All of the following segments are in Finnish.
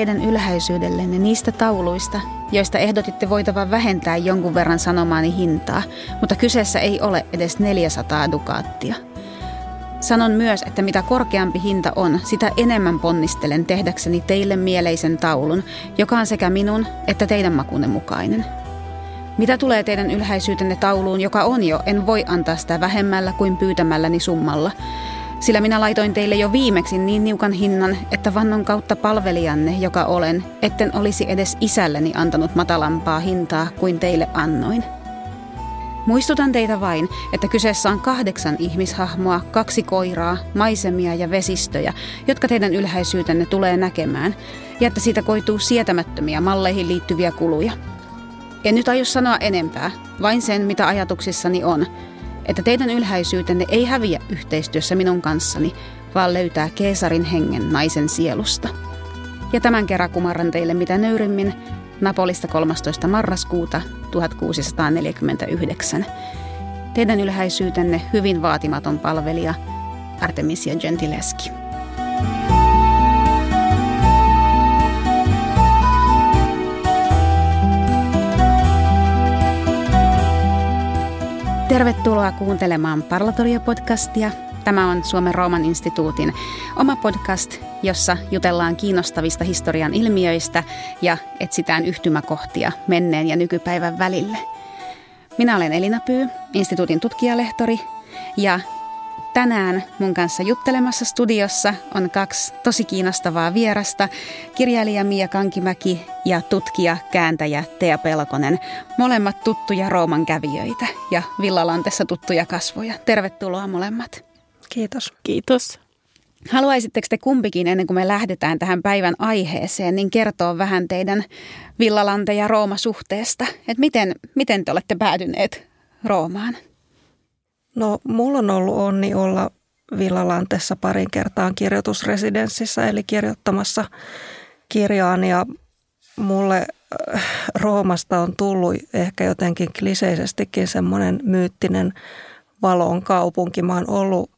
teidän ylhäisyydellenne niistä tauluista, joista ehdotitte voitavan vähentää jonkun verran sanomaani hintaa, mutta kyseessä ei ole edes 400 dukaattia. Sanon myös, että mitä korkeampi hinta on, sitä enemmän ponnistelen tehdäkseni teille mieleisen taulun, joka on sekä minun että teidän makunne mukainen. Mitä tulee teidän ylhäisyytenne tauluun, joka on jo, en voi antaa sitä vähemmällä kuin pyytämälläni summalla, sillä minä laitoin teille jo viimeksi niin niukan hinnan, että vannon kautta palvelijanne, joka olen, etten olisi edes isälleni antanut matalampaa hintaa kuin teille annoin. Muistutan teitä vain, että kyseessä on 8 ihmishahmoa, 2 koiraa, maisemia ja vesistöjä, jotka teidän ylhäisyytenne tulee näkemään, ja että siitä koituu sietämättömiä malleihin liittyviä kuluja. En nyt aio sanoa enempää, vain sen, mitä ajatuksissani on, että teidän ylhäisyytenne ei häviä yhteistyössä minun kanssani, vaan löytää Keesarin hengen naisen sielusta. Ja tämän kerran kumarran teille mitä nöyrimmin Napolista 13. marraskuuta 1649. Teidän ylhäisyytenne hyvin vaatimaton palvelija Artemisia Gentileschi. Tervetuloa kuuntelemaan Parlatorio-podcastia. Tämä on Suomen Rooman instituutin oma podcast, jossa jutellaan kiinnostavista historian ilmiöistä ja etsitään yhtymäkohtia menneen ja nykypäivän välille. Minä olen Elina Pyy, instituutin tutkijalehtori, ja tänään mun kanssa juttelemassa studiossa on 2 tosi kiinnostavaa vierasta, kirjailija Mia Kankimäki ja tutkija, kääntäjä Tea Pelkonen, molemmat tuttuja Rooman kävijöitä ja Villalantessa tuttuja kasvoja. Tervetuloa molemmat. Kiitos. Kiitos. Haluaisitteko te kumpikin, ennen kuin me lähdetään tähän päivän aiheeseen, niin kertoa vähän teidän Villalante ja Rooma-suhteesta? Että miten te olette päätyneet Roomaan? No, mulla on ollut onni olla Villalantessa parin kertaan kirjoitusresidenssissä, eli kirjoittamassa kirjaan, ja mulle Roomasta on tullut ehkä jotenkin kliseisestikin semmoinen myyttinen valon kaupunki. Mä oon ollut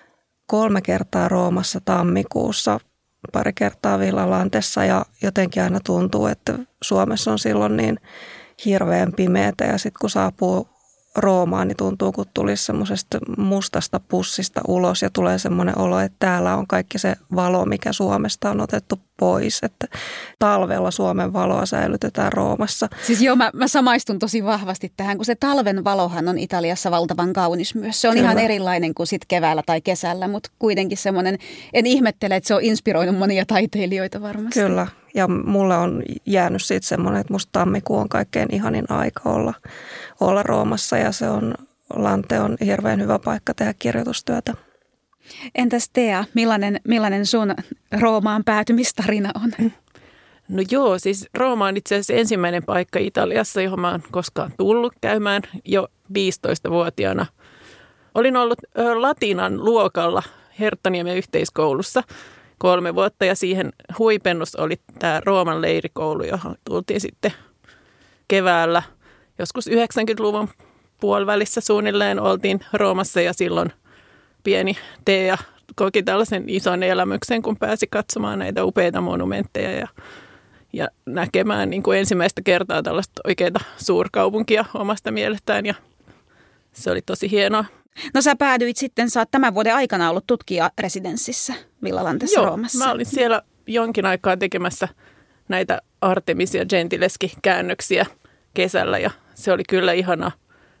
3 kertaa Roomassa tammikuussa, pari kertaa Villalantessa, ja jotenkin aina tuntuu, että Suomessa on silloin niin hirveän pimeätä, ja sitten kun saapuu Roomaan, niin tuntuu, kun tulisi semmoisesta mustasta pussista ulos ja tulee semmoinen olo, että täällä on kaikki se valo, mikä Suomesta on otettu pois. Että talvella Suomen valoa säilytetään Roomassa. Siis joo, mä samaistun tosi vahvasti tähän, kun se talven valohan on Italiassa valtavan kaunis myös. Se on ihan erilainen kuin sit keväällä tai kesällä, mutta kuitenkin semmoinen, en ihmettele, että se on inspiroinut monia taiteilijoita varmasti. Kyllä, ja mulle on jäänyt siitä semmoinen, että musta tammikuu on kaikkein ihanin aika olla Roomassa, ja Lante on hirveän hyvä paikka tehdä kirjoitustyötä. Entäs Tea, millainen sun Roomaan päätymistarina on? No joo, siis Rooma on itse asiassa ensimmäinen paikka Italiassa, johon mä oon koskaan tullut käymään jo 15-vuotiaana. Olin ollut latinan luokalla Herttoniemen yhteiskoulussa 3 vuotta, ja siihen huipennus oli tämä Rooman leirikoulu, johon tultiin sitten keväällä. Joskus 90-luvun puolivälissä suunnilleen oltiin Roomassa, ja silloin pieni Tea koki tällaisen ison elämyksen, kun pääsi katsomaan näitä upeita monumentteja ja näkemään niin kuin ensimmäistä kertaa tällaista oikeaa suurkaupunkia omasta mielestään, ja se oli tosi hienoa. No sä päädyit sitten, sä oot tämän vuoden aikana ollut tutkijaresidenssissä Villalantessa Roomassa. Mä olin siellä jonkin aikaa tekemässä näitä Artemisia Gentileschi-käännöksiä kesällä, ja se oli kyllä ihana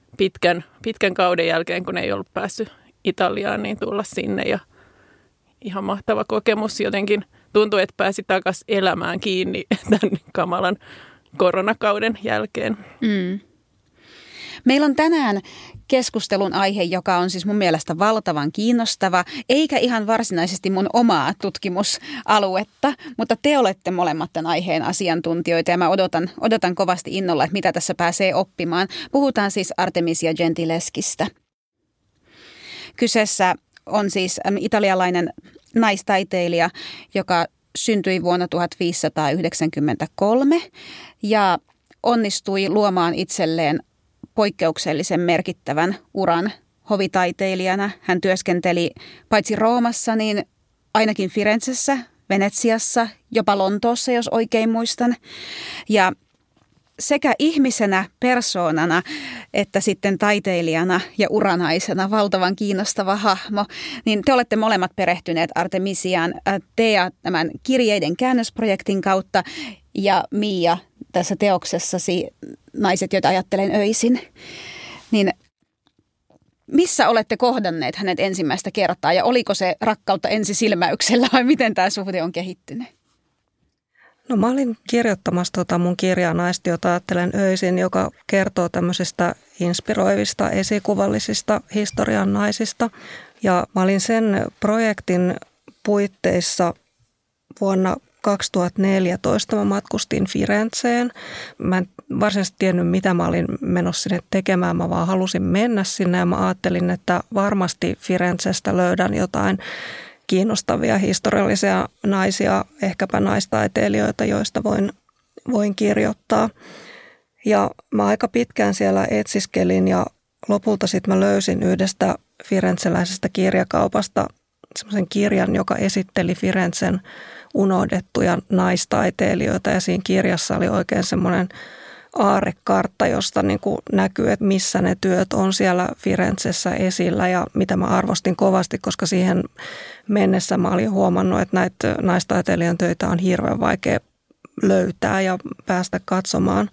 pitkän kauden jälkeen, kun ei ollut päässyt Italiaan, niin tulla sinne, ja ihan mahtava kokemus. Jotenkin tuntui, että pääsi takaisin elämään kiinni tämän kamalan koronakauden jälkeen. Meillä on tänään keskustelun aihe, joka on siis mun mielestä valtavan kiinnostava, eikä ihan varsinaisesti mun omaa tutkimusaluetta, mutta te olette molemmat tämän aiheen asiantuntijoita, ja mä odotan kovasti innolla, että mitä tässä pääsee oppimaan. Puhutaan siis Artemisia Gentileschistä. Kyseessä on siis italialainen naistaiteilija, joka syntyi vuonna 1593 ja onnistui luomaan itselleen poikkeuksellisen merkittävän uran hovitaiteilijana. Hän työskenteli paitsi Roomassa, niin ainakin Firenzessä Venetsiassa, jopa Lontoossa, jos oikein muistan. Ja sekä ihmisenä, persoonana, että sitten taiteilijana ja uranaisena valtavan kiinnostava hahmo, niin te olette molemmat perehtyneet Artemisiaan. Tea tämän kirjeiden käännösprojektin kautta ja Mia tässä teoksessasi Naiset, joita ajattelen öisin. Niin missä olette kohdanneet hänet ensimmäistä kertaa ja oliko se rakkautta ensisilmäyksellä vai miten tämä suhde on kehittynyt? No mä olin kirjoittamassa mun kirjaa Naiset, joita ajattelen öisin, joka kertoo tämmöisistä inspiroivista, esikuvallisista historian naisista. Ja mä olin sen projektin puitteissa vuonna 2014 mä matkustin Firenzeen. Mä en varsinaisesti tiennyt, mitä mä olin menossa sinne tekemään. Mä vaan halusin mennä sinne ja mä ajattelin, että varmasti Firenzestä löydän jotain kiinnostavia historiallisia naisia, ehkäpä naistaiteilijoita, joista voin kirjoittaa. Ja mä aika pitkään siellä etsiskelin ja lopulta sitten mä löysin yhdestä firenzeläisestä kirjakaupasta semmoisen kirjan, joka esitteli Firenzen unohdettuja naistaiteilijoita. Ja siinä kirjassa oli oikein semmoinen aarrekartta, josta niin kuin näkyy, että missä ne työt on siellä Firenzessä esillä ja mitä mä arvostin kovasti, koska siihen mennessä mä olin huomannut, että näitä naistaiteilijan töitä on hirveän vaikea löytää ja päästä katsomaan.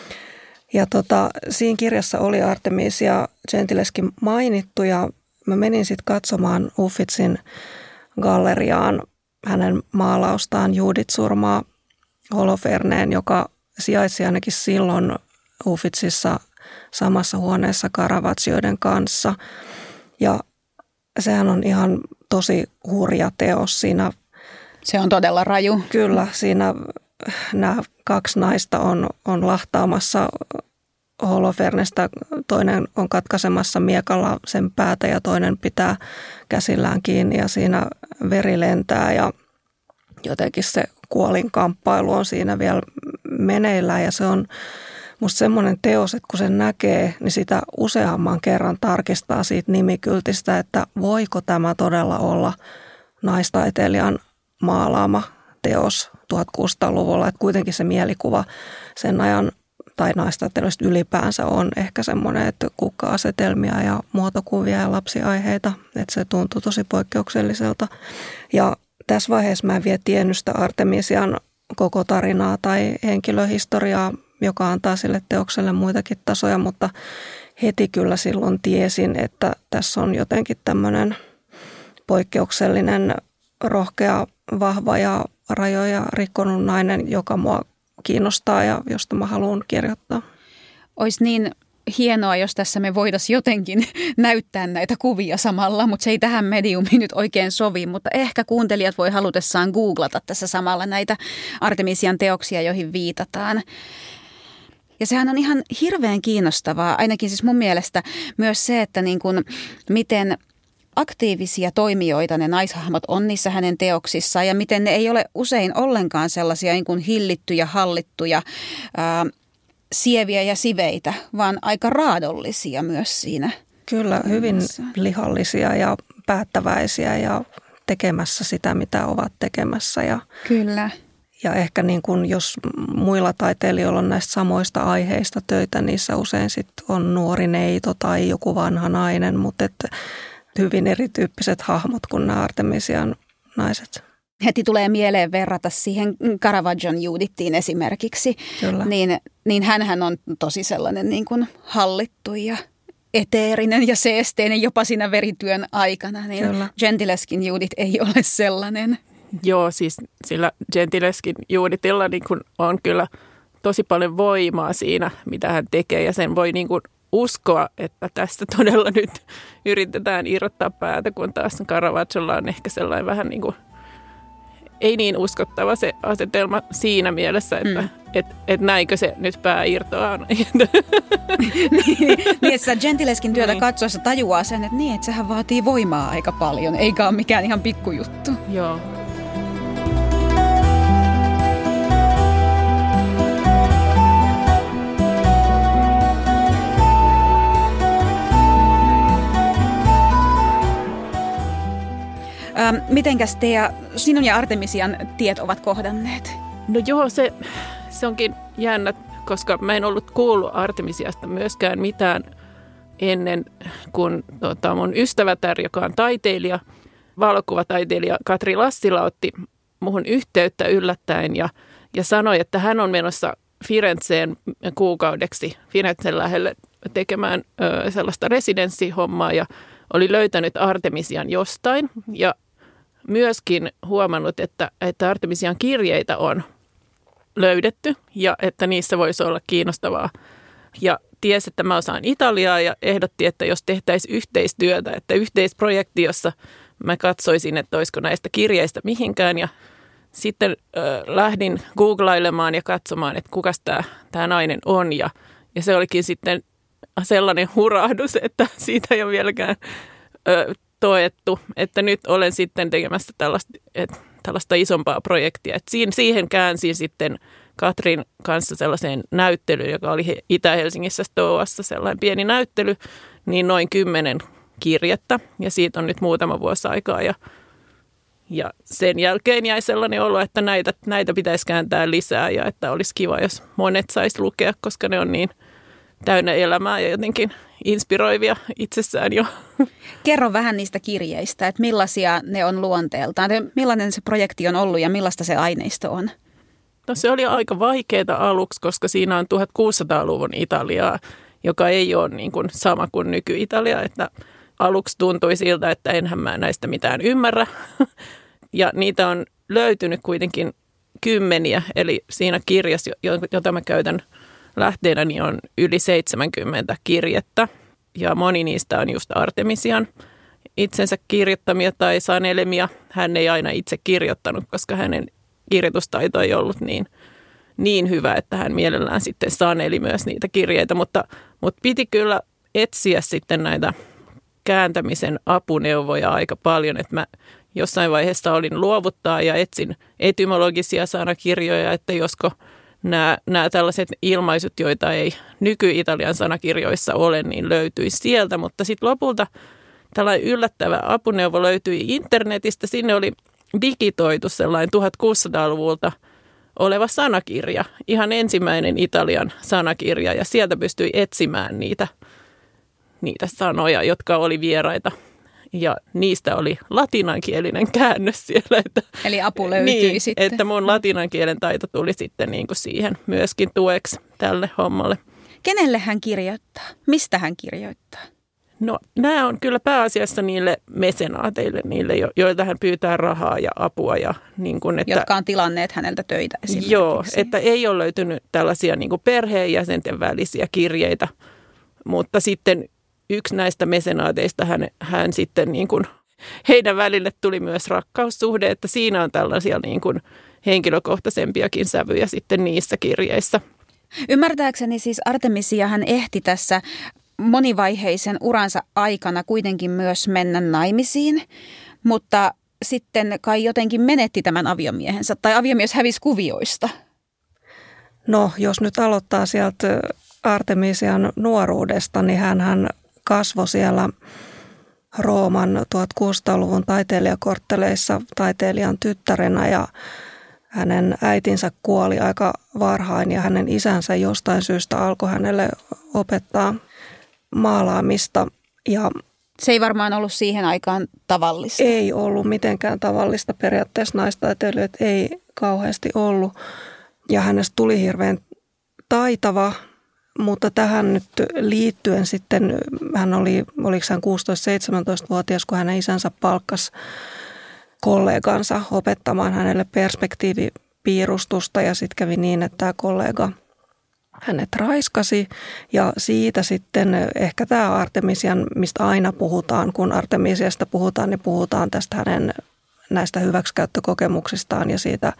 Ja siinä kirjassa oli Artemisia Gentileschi mainittu ja mä menin sitten katsomaan Uffizin galleriaan hänen maalaustaan Judith surmaa Holoferneen, joka sijaitsi ainakin silloin Uffizissa samassa huoneessa Caravaggioiden kanssa. Ja sehän on ihan tosi hurja teos siinä. Se on todella raju. Kyllä, siinä nämä kaksi naista on lahtaamassa Holofernesta. Toinen on katkaisemassa miekalla sen päätä ja toinen pitää käsillään kiinni ja siinä veri lentää ja jotenkin se kuolinkamppailu on siinä vielä meneillään ja se on musta semmoinen teos, että kun sen näkee, niin sitä useamman kerran tarkistaa siitä nimikyltistä, että voiko tämä todella olla naistaiteilijan maalaama teos 1600-luvulla, että kuitenkin se mielikuva sen ajan tai naistaiteilijoista ylipäänsä on ehkä semmoinen, että kukka-asetelmia ja muotokuvia ja lapsiaiheita, että se tuntuu tosi poikkeukselliselta. Ja tässä vaiheessa mä en vielä tiennyt sitä Artemisian koko tarinaa tai henkilöhistoriaa, joka antaa sille teokselle muitakin tasoja, mutta heti kyllä silloin tiesin, että tässä on jotenkin tämmöinen poikkeuksellinen, rohkea, vahva ja rajoja rikkonut nainen, joka mua kiinnostaa ja josta mä haluan kirjoittaa. Olisi niin hienoa, jos tässä me voitaisiin jotenkin näyttää näitä kuvia samalla, mutta se ei tähän mediumiin nyt oikein sovi, mutta ehkä kuuntelijat voi halutessaan googlata tässä samalla näitä Artemisian teoksia, joihin viitataan. Ja sehän on ihan hirveän kiinnostavaa, ainakin siis mun mielestä myös se, että niin kuin, miten aktiivisia toimijoita ne naishahmot on niissä hänen teoksissaan ja miten ne ei ole usein ollenkaan sellaisia niin kuin hillittyjä, hallittuja, sieviä ja siveitä, vaan aika raadollisia myös siinä. Kyllä, hyvin lihallisia ja päättäväisiä ja tekemässä sitä, mitä ovat tekemässä. Kyllä. Ja ehkä niin kuin jos muilla taiteilijoilla on näistä samoista aiheista töitä, niissä usein sitten on nuori neito tai joku vanha nainen, mutta että hyvin erityyppiset hahmot kuin nämä Artemisian naiset. Heti tulee mieleen verrata siihen Caravaggion Judithiin esimerkiksi. Kyllä. Niin hänhän on tosi sellainen niin kuin hallittu ja eteerinen ja seesteinen jopa siinä verityön aikana. Niin Gentileschin Judith ei ole sellainen. Joo, siis sillä Gentileschin Judithilla niin kuin on kyllä tosi paljon voimaa siinä, mitä hän tekee ja sen voi niin kuin uskoa, että tästä todella nyt yritetään irrottaa päätä, kun taas Caravagiolla on ehkä sellainen vähän niin kuin ei niin uskottava se asetelma siinä mielessä, että et näinkö se nyt pää irtoaa. Niin, että Gentileschin työtä katsoessa tajuaa sen, että niin, että sehän vaatii voimaa aika paljon, eikä ole mikään ihan pikkujuttu. Joo. Mitenkäs sinun ja Artemisian tiet ovat kohdanneet? No joo, se onkin jännä, koska mä en ollut kuullut Artemisiasta myöskään mitään ennen kuin mun ystävätär, joka on taiteilija, valokuvataiteilija Katri Lassila otti muhun yhteyttä yllättäen ja sanoi, että hän on menossa Firenzeen kuukaudeksi Firenzen lähelle tekemään sellaista residenssihommaa ja oli löytänyt Artemisian jostain ja myöskin huomannut, että Artemisian kirjeitä on löydetty ja että niissä voisi olla kiinnostavaa. Ja tiesi, että mä osaan italiaa ja ehdotti, että jos tehtäisiin yhteistyötä, että yhteisprojekti, jossa mä katsoisin, että olisiko näistä kirjeistä mihinkään. Ja sitten lähdin googlailemaan ja katsomaan, että kukas tämä nainen on. Ja se olikin sitten sellainen hurahdus, että siitä ei ole vieläkään toettu, että nyt olen sitten tekemässä tällaista isompaa projektia. Et siihen käänsin sitten Katrin kanssa sellaiseen näyttelyyn, joka oli Itä-Helsingissä Stoassa sellainen pieni näyttely, niin noin 10 kirjettä. Ja siitä on nyt muutama vuosi aikaa. Ja sen jälkeen jäi sellainen olo, että näitä pitäisi kääntää lisää ja että olisi kiva, jos monet sais lukea, koska ne on niin täynnä elämää ja jotenkin inspiroivia itsessään jo. Kerro vähän niistä kirjeistä, että millaisia ne on luonteeltaan. Millainen se projekti on ollut ja millaista se aineisto on? No se oli aika vaikeaa aluksi, koska siinä on 1600-luvun Italiaa, joka ei ole niin kuin sama kuin nyky-Italia. Että aluksi tuntui siltä, että enhän mä näistä mitään ymmärrä. Ja niitä on löytynyt kuitenkin kymmeniä, eli siinä kirjassa, jota mä käytän lähteenä, niin on yli 70 kirjettä. Ja moni niistä on just Artemisian itsensä kirjoittamia tai sanelemia. Hän ei aina itse kirjoittanut, koska hänen kirjoitustaito ei ollut niin hyvä, että hän mielellään sitten saneli myös niitä kirjeitä. Mutta piti kyllä etsiä sitten näitä kääntämisen apuneuvoja aika paljon, että mä jossain vaiheessa olin luovuttaa ja etsin etymologisia sanakirjoja, että josko nämä tällaiset ilmaisut, joita ei nyky-Italian sanakirjoissa ole, niin löytyisi sieltä. Mutta sitten lopulta tällainen yllättävä apuneuvo löytyi internetistä. Sinne oli digitoitu sellainen 1600-luvulta oleva sanakirja, ihan ensimmäinen Italian sanakirja, ja sieltä pystyi etsimään niitä sanoja, jotka oli vieraita. Ja niistä oli latinankielinen käännös siellä. Eli apu löytyi sitten. Että mun latinankielen taito tuli sitten niin kuin siihen myöskin tueksi tälle hommalle. Kenelle hän kirjoittaa? Mistä hän kirjoittaa? No nämä on kyllä pääasiassa niille mesenaateille, niille, joilta hän pyytää rahaa ja apua. Ja niin kuin, että, jotka on tilanneet häneltä töitä esimerkiksi. Joo, että ei ole löytynyt tällaisia niin kuin perheenjäsenten välisiä kirjeitä, mutta sitten yksi näistä mesenaateista hän sitten niin kuin, heidän välille tuli myös rakkaussuhde, että siinä on tällaisia niin kuin henkilökohtaisempiakin sävyjä sitten niissä kirjeissä. Ymmärtääkseni siis Artemisia hän ehti tässä monivaiheisen uransa aikana kuitenkin myös mennä naimisiin, mutta sitten kai jotenkin menetti tämän aviomiehensä, tai aviomies hävisi kuvioista. No, jos nyt aloittaa sieltä Artemisian nuoruudesta, niin hän kasvoi siellä Rooman 1600-luvun taiteilijakortteleissa taiteilijan tyttärenä ja hänen äitinsä kuoli aika varhain ja hänen isänsä jostain syystä alkoi hänelle opettaa maalaamista. Ja se ei varmaan ollut siihen aikaan tavallista. Ei ollut mitenkään tavallista. Periaatteessa naistaiteilijoita ei kauheasti ollut ja hänestä tuli hirveän taitava. Mutta tähän nyt liittyen sitten, hän oliko hän 16-17-vuotias, kun hänen isänsä palkkasi kollegansa opettamaan hänelle perspektiivipiirustusta ja sitten kävi niin, että tämä kollega hänet raiskasi ja siitä sitten ehkä tämä Artemisian, mistä aina puhutaan, kun Artemisiasta puhutaan, niin puhutaan tästä hänen näistä hyväksikäyttökokemuksistaan ja siitä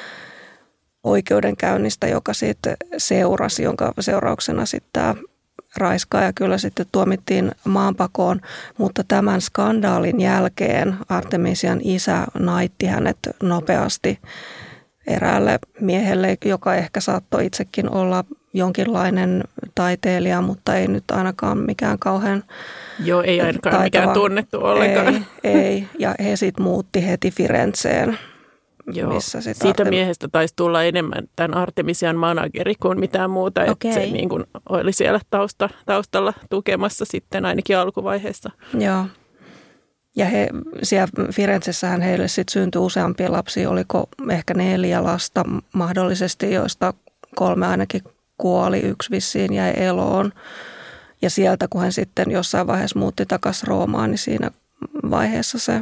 oikeudenkäynnistä, joka sitten seurasi, jonka seurauksena sitten tämä raiskaaja kyllä sitten tuomittiin maanpakoon, mutta tämän skandaalin jälkeen Artemisian isä naitti hänet nopeasti eräälle miehelle, joka ehkä saattoi itsekin olla jonkinlainen taiteilija, mutta ei nyt ainakaan mikään kauhean Joo, ei ainakaan mikään tunnettu ollenkaan. Ei. Ja he sitten muutti heti Firenzeen. Joo, siitä miehestä taisi tulla enemmän tämän Artemisian manageri kuin mitään muuta. Että se niin kuin oli siellä taustalla tukemassa sitten ainakin alkuvaiheessa. Joo. Ja siellä Firenzessähän heille sitten syntyi useampia lapsia. Oliko ehkä 4 lasta mahdollisesti, joista 3 ainakin kuoli, 1 vissiin jäi eloon. Ja sieltä, kun hän sitten jossain vaiheessa muutti takaisin Roomaan, niin siinä vaiheessa se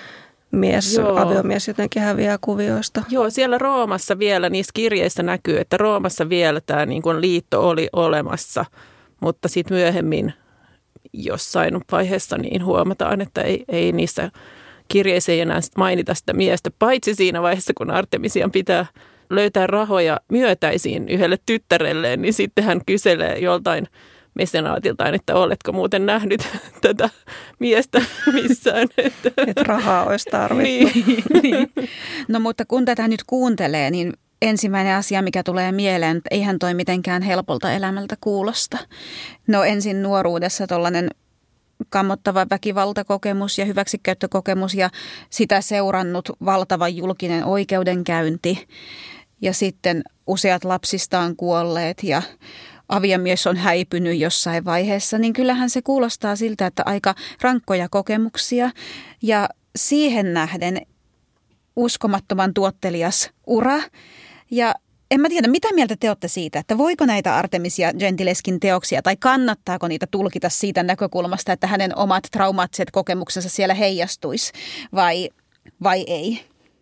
aviomies jotenkin häviää kuvioista. Joo, siellä Roomassa vielä, niissä kirjeissä näkyy, että Roomassa vielä tämä niin kuin liitto oli olemassa, mutta sitten myöhemmin jossain vaiheessa niin huomataan, että ei niissä kirjeissä ei enää mainita sitä miestä, paitsi siinä vaiheessa, kun Artemisian pitää löytää rahoja myötäisiin yhdelle tyttärelleen, niin sitten hän kyselee joltain mesenaatiltaan, että oletko muuten nähnyt tätä miestä missään. Että rahaa olisi tarvittu. Niin. No mutta kun tätä nyt kuuntelee, niin ensimmäinen asia, mikä tulee mieleen, että eihän toi mitenkään helpolta elämältä kuulosta. No ensin nuoruudessa tollainen kammottava väkivaltakokemus ja hyväksikäyttökokemus ja sitä seurannut valtava julkinen oikeudenkäynti. Ja sitten useat lapsistaan kuolleet ja aviomies on häipynyt jossain vaiheessa, niin kyllähän se kuulostaa siltä, että aika rankkoja kokemuksia ja siihen nähden uskomattoman tuottelias ura. Ja en mä tiedä, mitä mieltä te olette siitä, että voiko näitä Artemisia Gentilescin teoksia tai kannattaako niitä tulkita siitä näkökulmasta, että hänen omat traumaattiset kokemuksensa siellä heijastuisi vai ei?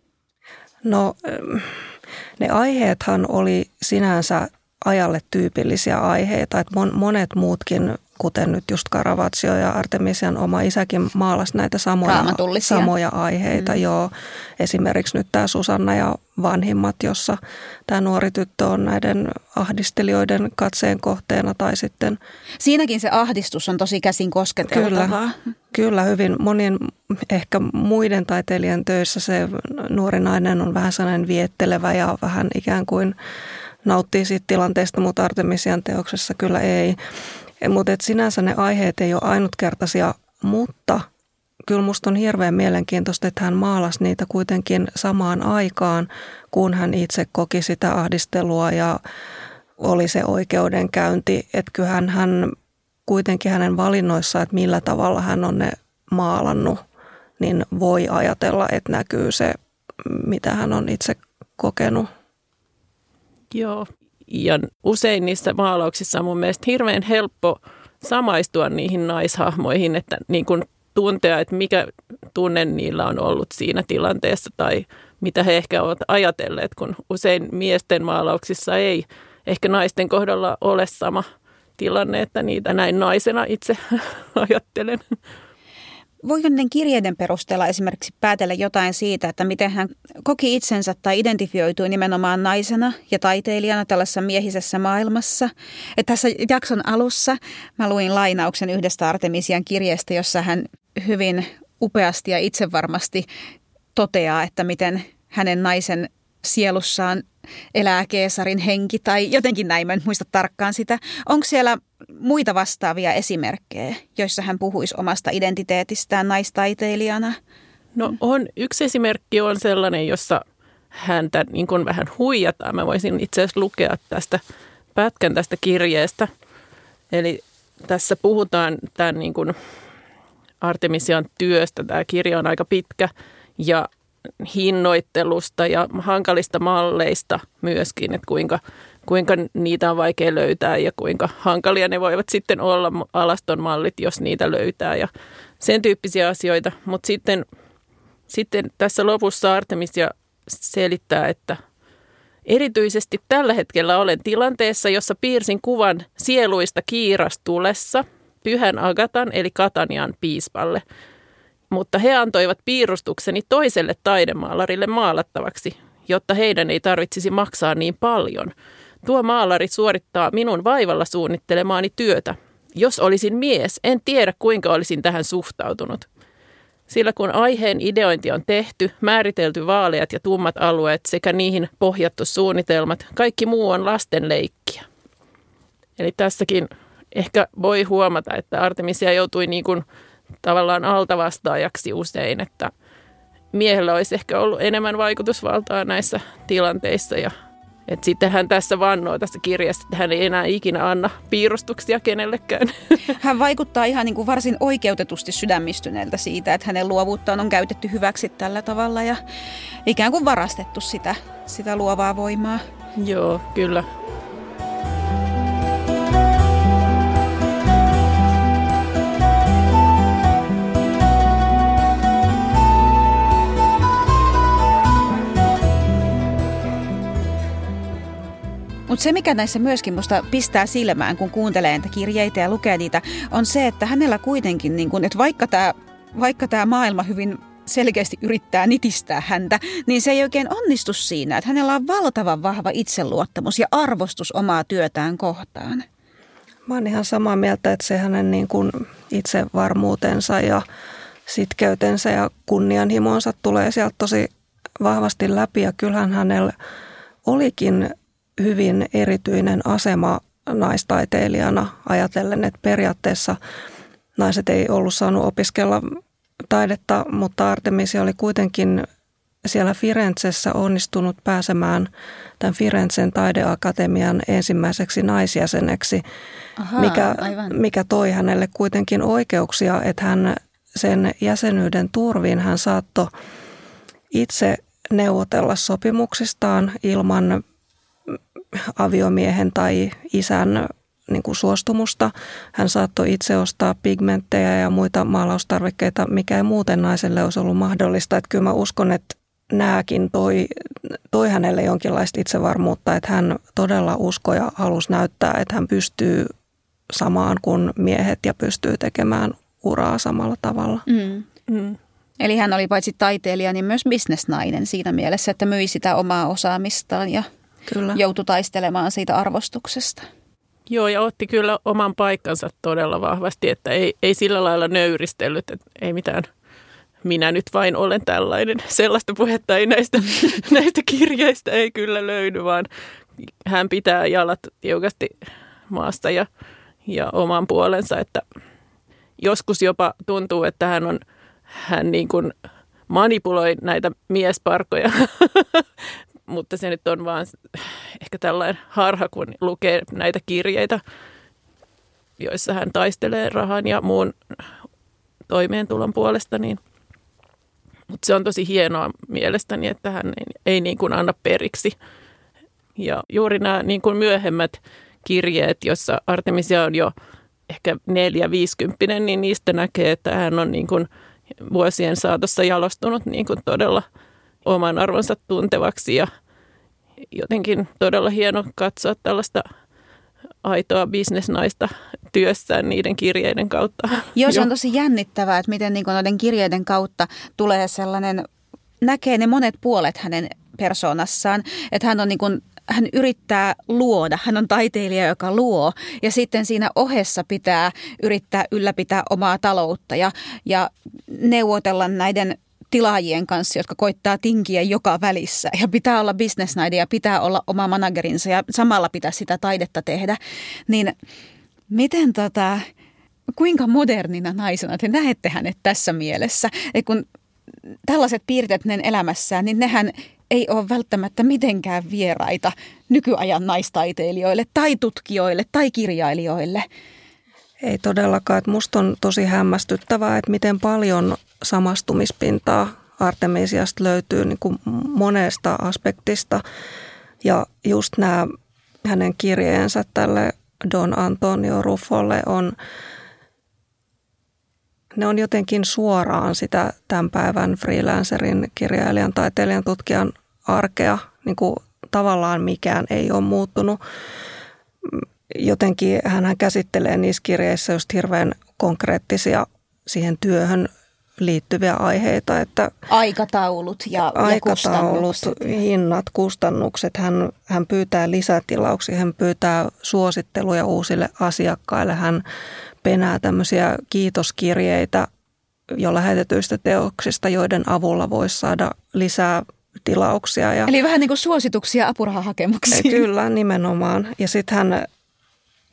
No ne aiheethan oli sinänsä ajalle tyypillisiä aiheita, että monet muutkin, kuten nyt just Caravaggio ja Artemisian oma isäkin maalasi näitä samoja aiheita. Joo. Esimerkiksi nyt tämä Susanna ja vanhimmat, jossa tämä nuori tyttö on näiden ahdistelijoiden katseen kohteena tai sitten... Siinäkin se ahdistus on tosi käsin kosketeltavaa. Kyllä, hyvin monien ehkä muiden taiteilijan töissä se nuori nainen on vähän sellainen viettelevä ja vähän ikään kuin nauttii siitä tilanteesta, mutta Artemisian teoksessa kyllä ei. Mutta sinänsä ne aiheet ei ole ainutkertaisia, mutta kyllä musta on hirveän mielenkiintoista, että hän maalasi niitä kuitenkin samaan aikaan, kun hän itse koki sitä ahdistelua ja oli se oikeudenkäynti. Että kyllähän hän kuitenkin hänen valinnoissaan, että millä tavalla hän on ne maalannut, niin voi ajatella, että näkyy se, mitä hän on itse kokenut. Joo, ja usein niissä maalauksissa on mun mielestä hirveän helppo samaistua niihin naishahmoihin, että niin kuin tuntea, että mikä tunne niillä on ollut siinä tilanteessa tai mitä he ehkä ovat ajatelleet, kun usein miesten maalauksissa ei ehkä naisten kohdalla ole sama tilanne, että niitä näin naisena itse ajattelen. Voiko niiden kirjeiden perusteella esimerkiksi päätellä jotain siitä, että miten hän koki itsensä tai identifioitui nimenomaan naisena ja taiteilijana tällaisessa miehisessä maailmassa? Että tässä jakson alussa mä luin lainauksen yhdestä Artemisian kirjeestä, jossa hän hyvin upeasti ja itsevarmasti toteaa, että miten hänen naisen sielussaan elää keesarin henki tai jotenkin näin, mä en muista tarkkaan sitä. Onko siellä muita vastaavia esimerkkejä, joissa hän puhuisi omasta identiteetistään naistaiteilijana? No on. Yksi esimerkki on sellainen, jossa häntä niin kuin vähän huijataan. Mä voisin itse asiassa lukea tästä pätkän tästä kirjeestä. Eli tässä puhutaan tämän niin kuin Artemisian työstä. Tämä kirja on aika pitkä ja hinnoittelusta ja hankalista malleista myöskin, että kuinka niitä on vaikea löytää ja kuinka hankalia ne voivat sitten olla alaston mallit, jos niitä löytää ja sen tyyppisiä asioita. Mutta sitten tässä lopussa Artemisia selittää, että erityisesti tällä hetkellä olen tilanteessa, jossa piirsin kuvan sieluista kiirastulessa Pyhän Agatan eli Katanian piispalle. Mutta he antoivat piirustukseni toiselle taidemaalarille maalattavaksi, jotta heidän ei tarvitsisi maksaa niin paljon. Tuo maalari suorittaa minun vaivalla suunnittelemaani työtä. Jos olisin mies, en tiedä kuinka olisin tähän suhtautunut. Sillä kun aiheen ideointi on tehty, määritelty vaaleat ja tummat alueet sekä niihin pohjattu suunnitelmat, kaikki muu on lasten leikkiä. Eli tässäkin ehkä voi huomata, että Artemisia joutui niin kuin tavallaan altavastaajaksi usein, että miehellä olisi ehkä ollut enemmän vaikutusvaltaa näissä tilanteissa. Ja että sitten hän tässä vannoo tässä kirjassa, että hän ei enää ikinä anna piirustuksia kenellekään. Hän vaikuttaa ihan niin kuin varsin oikeutetusti sydämistyneeltä siitä, että hänen luovuuttaan on käytetty hyväksi tällä tavalla ja ikään kuin varastettu sitä luovaa voimaa. Joo, kyllä. Mutta se, mikä näissä myöskin musta pistää silmään, kun kuuntelee niitä kirjeitä ja lukee niitä, on se, että hänellä kuitenkin, niin kun, että vaikka tämä maailma hyvin selkeästi yrittää nitistää häntä, niin se ei oikein onnistu siinä, että hänellä on valtavan vahva itseluottamus ja arvostus omaa työtään kohtaan. Mä oon ihan samaa mieltä, että se hänen niin kuin itsevarmuutensa ja sitkeytensä ja kunnianhimonsa tulee sieltä tosi vahvasti läpi ja kyllähän hänellä olikin hyvin erityinen asema naistaiteilijana ajatellen, että periaatteessa naiset ei ollut saanut opiskella taidetta, mutta Artemisia oli kuitenkin siellä Firenzessä onnistunut pääsemään tämän Firenzen taideakatemian ensimmäiseksi naisjäseneksi, mikä toi hänelle kuitenkin oikeuksia, että hän sen jäsenyyden turvin hän saattoi itse neuvotella sopimuksistaan ilman aviomiehen tai isän niin kuin suostumusta. Hän saattoi itse ostaa pigmenttejä ja muita maalaustarvikkeita, mikä ei muuten naiselle olisi ollut mahdollista. Että kyllä mä uskon, että nämäkin toi hänelle jonkinlaista itsevarmuutta, että hän todella uskoi ja halusi näyttää, että hän pystyy samaan kuin miehet ja pystyy tekemään uraa samalla tavalla. Eli hän oli paitsi taiteilija, niin myös bisnesnainen siinä mielessä, että myi sitä omaa osaamistaan ja kyllä joutui taistelemaan siitä arvostuksesta. Joo, ja otti kyllä oman paikkansa todella vahvasti, että ei sillä lailla nöyristellyt, että ei mitään, minä nyt vain olen tällainen. Sellaista puhetta ei näistä kirjeistä ei kyllä löydy, vaan hän pitää jalat tiukasti maasta ja oman puolensa, että joskus jopa tuntuu, että hän niin kuin manipuloi näitä miesparkoja, mutta se nyt on vaan ehkä tällainen harha, kun lukee näitä kirjeitä, joissa hän taistelee rahan ja muun toimeentulon puolesta. Mutta se on tosi hienoa mielestäni, että hän ei niin kuin anna periksi. Ja juuri nämä niin kuin myöhemmät kirjeet, jossa Artemisia on jo ehkä 4-50, niin niistä näkee, että hän on niin kuin vuosien saatossa jalostunut niin kuin todella oman arvonsa tuntevaksi ja jotenkin todella hieno katsoa tällaista aitoa bisnesnaista työssään niiden kirjeiden kautta. Joo, se on tosi jännittävää, että miten niin kuin noiden kirjeiden kautta tulee sellainen, näkee ne monet puolet hänen persoonassaan, että hän on niin kuin, hän yrittää luoda, hän on taiteilija, joka luo ja sitten siinä ohessa pitää yrittää ylläpitää omaa taloutta ja neuvotella näiden tilaajien kanssa, jotka koittaa tinkiä joka välissä ja pitää olla bisnesnainen ja pitää olla oma managerinsa ja samalla pitää sitä taidetta tehdä, niin miten kuinka modernina naisena te näette hänet tässä mielessä, että kun tällaiset piirteet hänen elämässään, niin nehän ei ole välttämättä mitenkään vieraita nykyajan naistaiteilijoille tai tutkijoille tai kirjailijoille. Ei todellakaan. Että musta on tosi hämmästyttävää, että miten paljon samastumispintaa Artemisiasta löytyy niin kuin monesta aspektista. Ja just nämä hänen kirjeensä tälle Don Antonio Ruffolle ne on jotenkin suoraan sitä tämän päivän freelancerin, kirjailijan, taiteilijan, tutkijan arkea. Niin kuin tavallaan mikään ei ole muuttunut. Jotenkin hän käsittelee niissä kirjeissä just hirveän konkreettisia siihen työhön liittyviä aiheita. Että aikataulut ja kustannukset. Hinnat, kustannukset. Hän pyytää lisätilauksia, hän pyytää suositteluja uusille asiakkaille. Hän penää tämmöisiä kiitoskirjeitä jo lähetetyistä teoksista, joiden avulla voisi saada lisää tilauksia. Eli vähän niin kuin suosituksia apurahahakemuksiin. Kyllä, nimenomaan. Ja sitten hän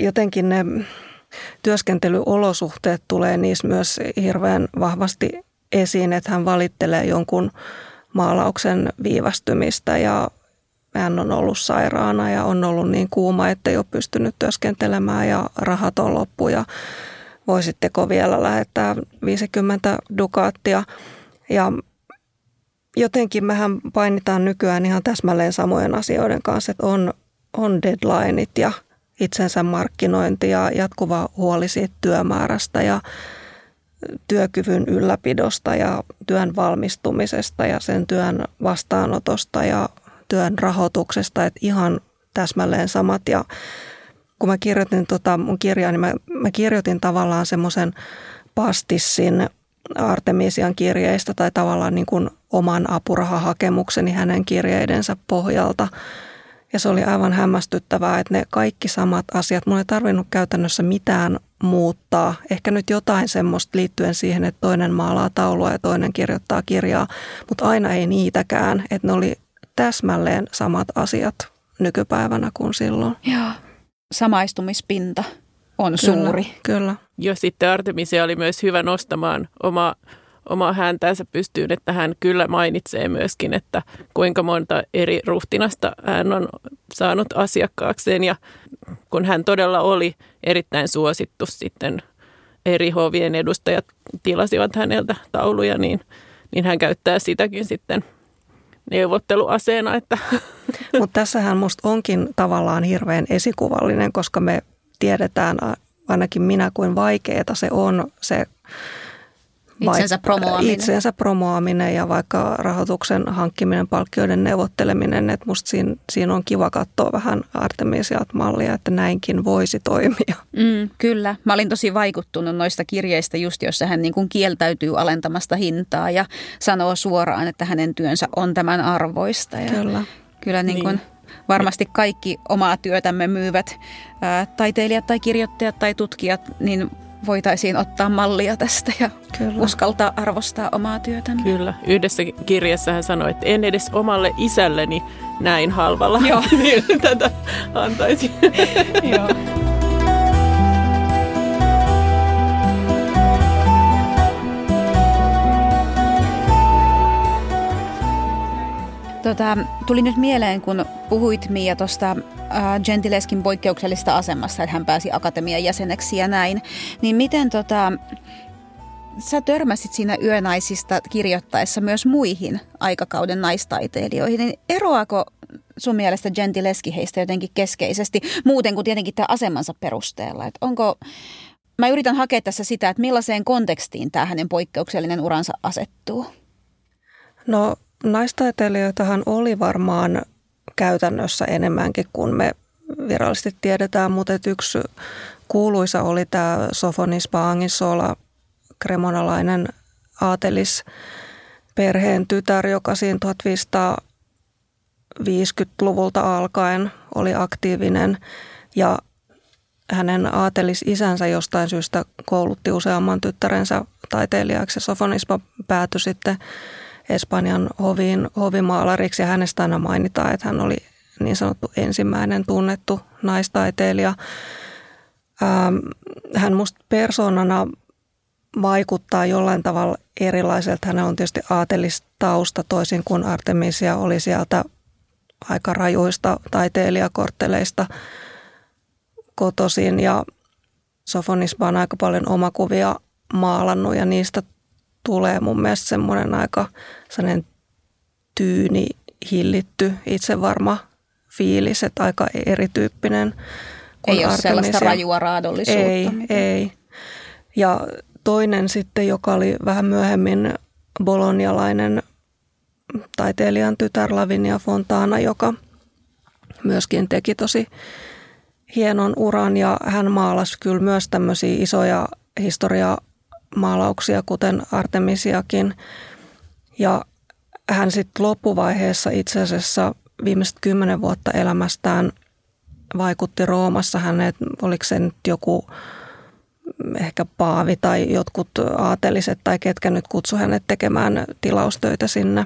jotenkin ne työskentelyolosuhteet tulee niissä myös hirveän vahvasti esiin, että hän valittelee jonkun maalauksen viivästymistä ja hän on ollut sairaana ja on ollut niin kuuma, että ei ole pystynyt työskentelemään ja rahat on loppu ja voisitteko vielä lähettää 50 dukaattia. Ja jotenkin mehän painitaan nykyään ihan täsmälleen samojen asioiden kanssa, että on deadlineit ja itsensä markkinointi ja jatkuva huoli siitä työmäärästä ja työkyvyn ylläpidosta ja työn valmistumisesta ja sen työn vastaanotosta ja työn rahoituksesta, että ihan täsmälleen samat. Ja kun mä kirjoitin mun kirjaa, niin mä kirjoitin tavallaan semmoisen pastissin Artemisian kirjeistä tai tavallaan niin kuin oman apurahahakemukseni hänen kirjeidensä pohjalta. Ja se oli aivan hämmästyttävää, että ne kaikki samat asiat, mun ei tarvinnut käytännössä mitään muuttaa. Ehkä nyt jotain semmoista liittyen siihen, että toinen maalaa taulua ja toinen kirjoittaa kirjaa, mutta aina ei niitäkään, että ne oli täsmälleen samat asiat nykypäivänä kuin silloin. Joo. Samaistumispinta on suuri. Kyllä. Jo sitten Artemisia oli myös hyvä nostamaan omaa häntäänsä pystyyn, että hän kyllä mainitsee myöskin, että kuinka monta eri ruhtinasta hän on saanut asiakkaakseen. Ja kun hän todella oli erittäin suosittu sitten, eri hovien edustajat tilasivat häneltä tauluja, niin hän käyttää sitäkin sitten neuvotteluaseena. Mutta tässähän musta onkin tavallaan hirveän esikuvallinen, koska me tiedetään, ainakin minä, kuin vaikeaa se on se itsensä promoaminen ja vaikka rahoituksen hankkiminen, palkkioiden neuvotteleminen, että musta siinä on kiva katsoa vähän Artemisiat-mallia, että näinkin voisi toimia. Kyllä. Mä olin tosi vaikuttunut noista kirjeistä just, jossa hän niin kuin kieltäytyy alentamasta hintaa ja sanoo suoraan, että hänen työnsä on tämän arvoista. Ja kyllä niin kuin varmasti kaikki omaa työtämme myyvät taiteilijat tai kirjoittajat tai tutkijat, niin voitaisiin ottaa mallia tästä ja uskaltaa arvostaa omaa työtämme. Kyllä. Yhdessä kirjassa hän sanoi, että en edes omalle isälleni näin halvalla tätä antaisi. Joo. Tuli nyt mieleen, kun puhuit Mia tuosta Gentileskin poikkeuksellista asemasta, että hän pääsi akatemian jäseneksi ja näin. Niin miten sä törmäsit siinä Yönaisista kirjoittaessa myös muihin aikakauden naistaiteilijoihin? Niin eroako sun mielestä Gentileschi heistä jotenkin keskeisesti, muuten kuin tietenkin tämä asemansa perusteella? Että mä yritän hakea tässä sitä, että millaiseen kontekstiin tämä hänen poikkeuksellinen uransa asettuu? No naistaiteilijoitahan oli varmaan käytännössä enemmänkin kuin me virallisesti tiedetään, mutta yksi kuuluisa oli tämä Sofonisba Angisola, kremonalainen aatelisperheen tytär, joka siinä 1550-luvulta alkaen oli aktiivinen ja hänen aatelisisänsä jostain syystä koulutti useamman tyttärensä taiteilijaksi. Sofonisba päätyi sitten Espanjan hovimaalariksi ja hänestä aina mainitaan, että hän oli niin sanottu ensimmäinen tunnettu naistaiteilija. Hän musta persoonana vaikuttaa jollain tavalla erilaiselta. Hänellä on tietysti aatelistausta toisin kuin Artemisia oli sieltä aika rajuista taiteilijakortteleista kotoisin ja Sofonisba on aika paljon omakuvia maalannut ja niistä tulee mun mielestä semmoinen aika sellainen tyyni, hillitty, itsevarma fiilis, että aika erityyppinen kuin ei ole sellaista rajua raadollisuutta. Ei. Ja toinen sitten, joka oli vähän myöhemmin bolonialainen taiteilijan tytär Lavinia Fontana, joka myöskin teki tosi hienon uran ja hän maalasi kyllä myös tämmöisiä isoja historiamaalauksia, kuten Artemisiakin. Ja hän sitten loppuvaiheessa itse asiassa viimeiset 10 vuotta elämästään vaikutti Roomassa hänet, oliko se nyt joku ehkä paavi tai jotkut aateliset tai ketkä nyt kutsu hänet tekemään tilaustöitä sinne.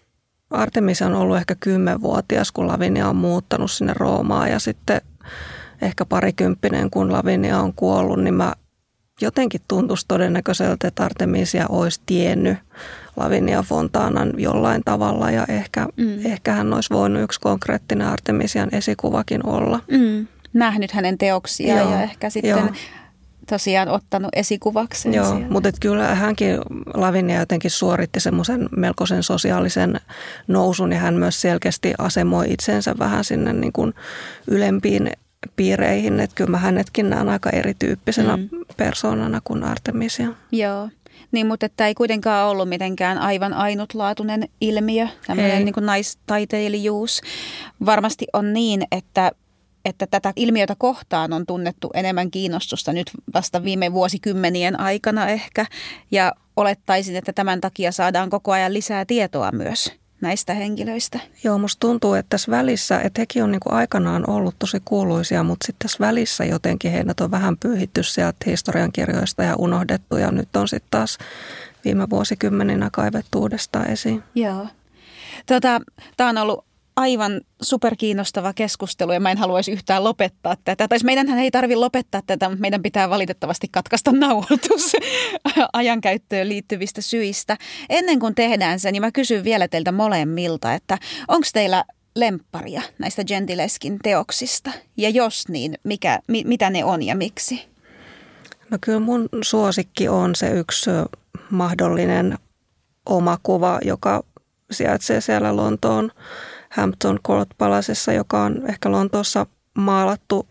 Artemisia on ollut ehkä 10-vuotias, kun Lavinia on muuttanut sinne Roomaan ja sitten ehkä parikymppinen, kun Lavinia on kuollut, niin mä jotenkin tuntuisi todennäköiseltä, että Artemisia olisi tiennyt Lavinia Fontanan jollain tavalla ja ehkä hän olisi voinut yksi konkreettinen Artemisian esikuvakin olla. Nähnyt hänen teoksiaan ja ehkä sitten tosiaan ottanut esikuvakseen. Joo, mutta kyllä hänkin, Lavinia jotenkin suoritti semmoisen melkoisen sosiaalisen nousun ja hän myös selkeästi asemoi itsensä vähän sinne niin kuin ylempiin piireihin, että kyllä mä hänetkin näen aika erityyppisenä persoonana kuin Artemisia. Joo, niin, mutta tämä ei kuitenkaan ollut mitenkään aivan ainutlaatuinen ilmiö, tämmöinen niin kuin naistaiteilijuus. Varmasti on niin, että tätä ilmiötä kohtaan on tunnettu enemmän kiinnostusta nyt vasta viime vuosikymmenien aikana ehkä. Ja olettaisin, että tämän takia saadaan koko ajan lisää tietoa myös näistä henkilöistä. Joo, musta tuntuu, että tässä välissä, että hekin on niin kuin aikanaan ollut tosi kuuluisia, mutta sitten tässä välissä jotenkin heidät on vähän pyyhitty sieltä historiankirjoista ja unohdettu ja nyt on sitten taas viime vuosikymmeninä kaivettu uudestaan esiin. Joo. Tämä on ollut aivan superkiinnostava keskustelu ja mä en haluaisi yhtään lopettaa tätä. Tai meidänhän ei tarvitse lopettaa tätä, mutta meidän pitää valitettavasti katkaista nauhoitus ajankäyttöön liittyvistä syistä. Ennen kuin tehdään se, niin mä kysyn vielä teiltä molemmilta, että onko teillä lempparia näistä Gentileskin teoksista? Ja jos niin, mitä ne on ja miksi? No kyllä mun suosikki on se yksi mahdollinen oma kuva, joka sijaitsee siellä Lontoon Hampton Court Palacessa, joka on ehkä Lontoossa maalattu.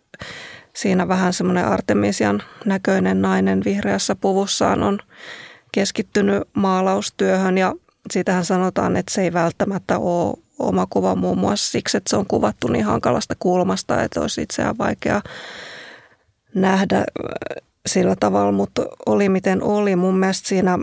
Siinä vähän semmoinen Artemisian näköinen nainen vihreässä puvussaan on keskittynyt maalaustyöhön ja siitähän sanotaan, että se ei välttämättä ole oma kuva muun muassa siksi, että se on kuvattu niin hankalasta kulmasta, että olisi itseään vaikea nähdä sillä tavalla, mutta oli miten oli. Mun mielestä siinä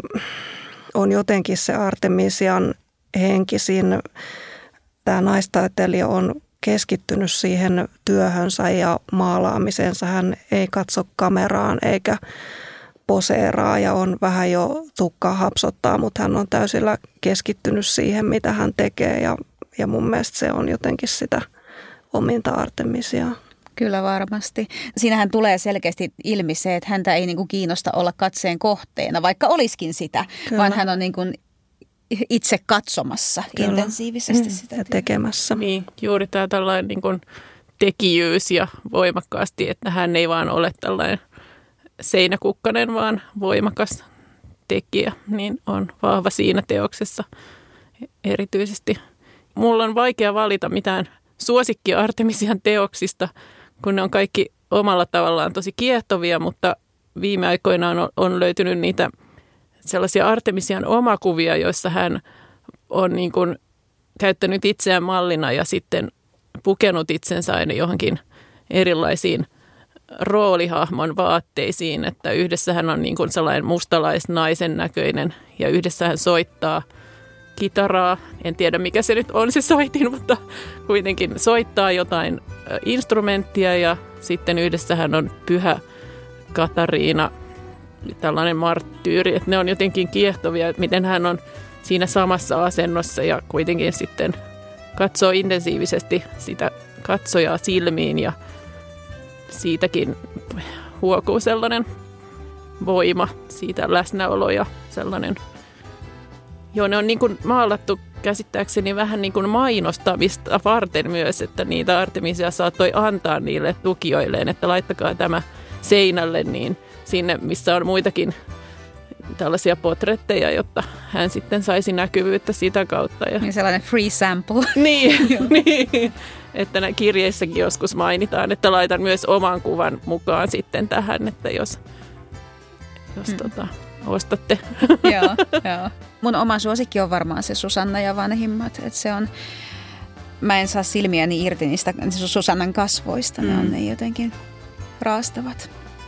on jotenkin se Artemisian henki siinä. Tämä naistaiteilija on keskittynyt siihen työhönsä ja maalaamisensa. Hän ei katso kameraan eikä poseeraa ja on vähän jo tukkaa hapsottaa, mutta hän on täysillä keskittynyt siihen, mitä hän tekee. Ja mun mielestä se on jotenkin sitä ominta Artemisiaa. Kyllä varmasti. Siinähän tulee selkeästi ilmi se, että häntä ei niinku kiinnosta olla katseen kohteena, vaikka olisikin sitä, vaan hän on niinku itse katsomassa intensiivisesti sitä ja tekemässä. Niin, juuri tämä tällainen niin kuin tekijyys ja voimakkaasti, että hän ei vaan ole tällainen seinäkukkanen, vaan voimakas tekijä, niin on vahva siinä teoksessa erityisesti. Mulla on vaikea valita mitään suosikkia Artemisian teoksista, kun ne on kaikki omalla tavallaan tosi kiehtovia, mutta viime aikoina on löytynyt niitä sellaisia Artemisian omakuvia, joissa hän on niin kuin käyttänyt itseään mallina ja sitten pukenut itsensä aina johonkin erilaisiin roolihahmon vaatteisiin. Että yhdessä hän on niin kuin sellainen mustalaisnaisen näköinen ja yhdessä hän soittaa kitaraa. En tiedä mikä se nyt on se soitin, mutta kuitenkin soittaa jotain instrumenttia ja sitten yhdessä hän on pyhä Katariina, tällainen marttyyri, että ne on jotenkin kiehtovia, että miten hän on siinä samassa asennossa ja kuitenkin sitten katsoo intensiivisesti sitä katsojaa silmiin ja siitäkin huokuu sellainen voima, siitä läsnäolo ja sellainen. Joo, ne on niin kuin maalattu käsittääkseni vähän niin kuin mainostamista varten myös, että niitä Artemisia saattoi antaa niille tukijoilleen, että laittakaa tämä seinälle niin sinne, missä on muitakin tällaisia potretteja, jotta hän sitten saisi näkyvyyttä sitä kautta. Niin sellainen free sample. Niin, että kirjeissäkin joskus mainitaan, että laitan myös oman kuvan mukaan sitten tähän, että jos ostatte. Joo. Mun oma suosikki on varmaan se Susanna ja vanhimmat, että se on, mä en saa silmiäni irti niistä Susannan kasvoista, ne on ne jotenkin raastavat.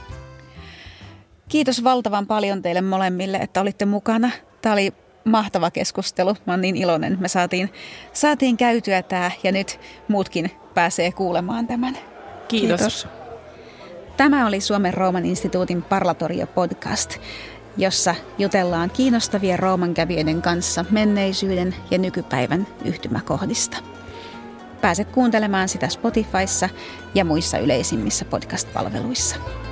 Kiitos valtavan paljon teille molemmille, että olitte mukana. Tämä oli mahtava keskustelu. Mä oon niin iloinen, me saatiin käytyä tämä ja nyt muutkin pääsee kuulemaan tämän. Kiitos. Tämä oli Suomen Rooman instituutin Parlatorio-podcast, jossa jutellaan kiinnostavien roomankävijöiden kanssa menneisyyden ja nykypäivän yhtymäkohdista. Pääset kuuntelemaan sitä Spotifyssa ja muissa yleisimmissä podcast-palveluissa.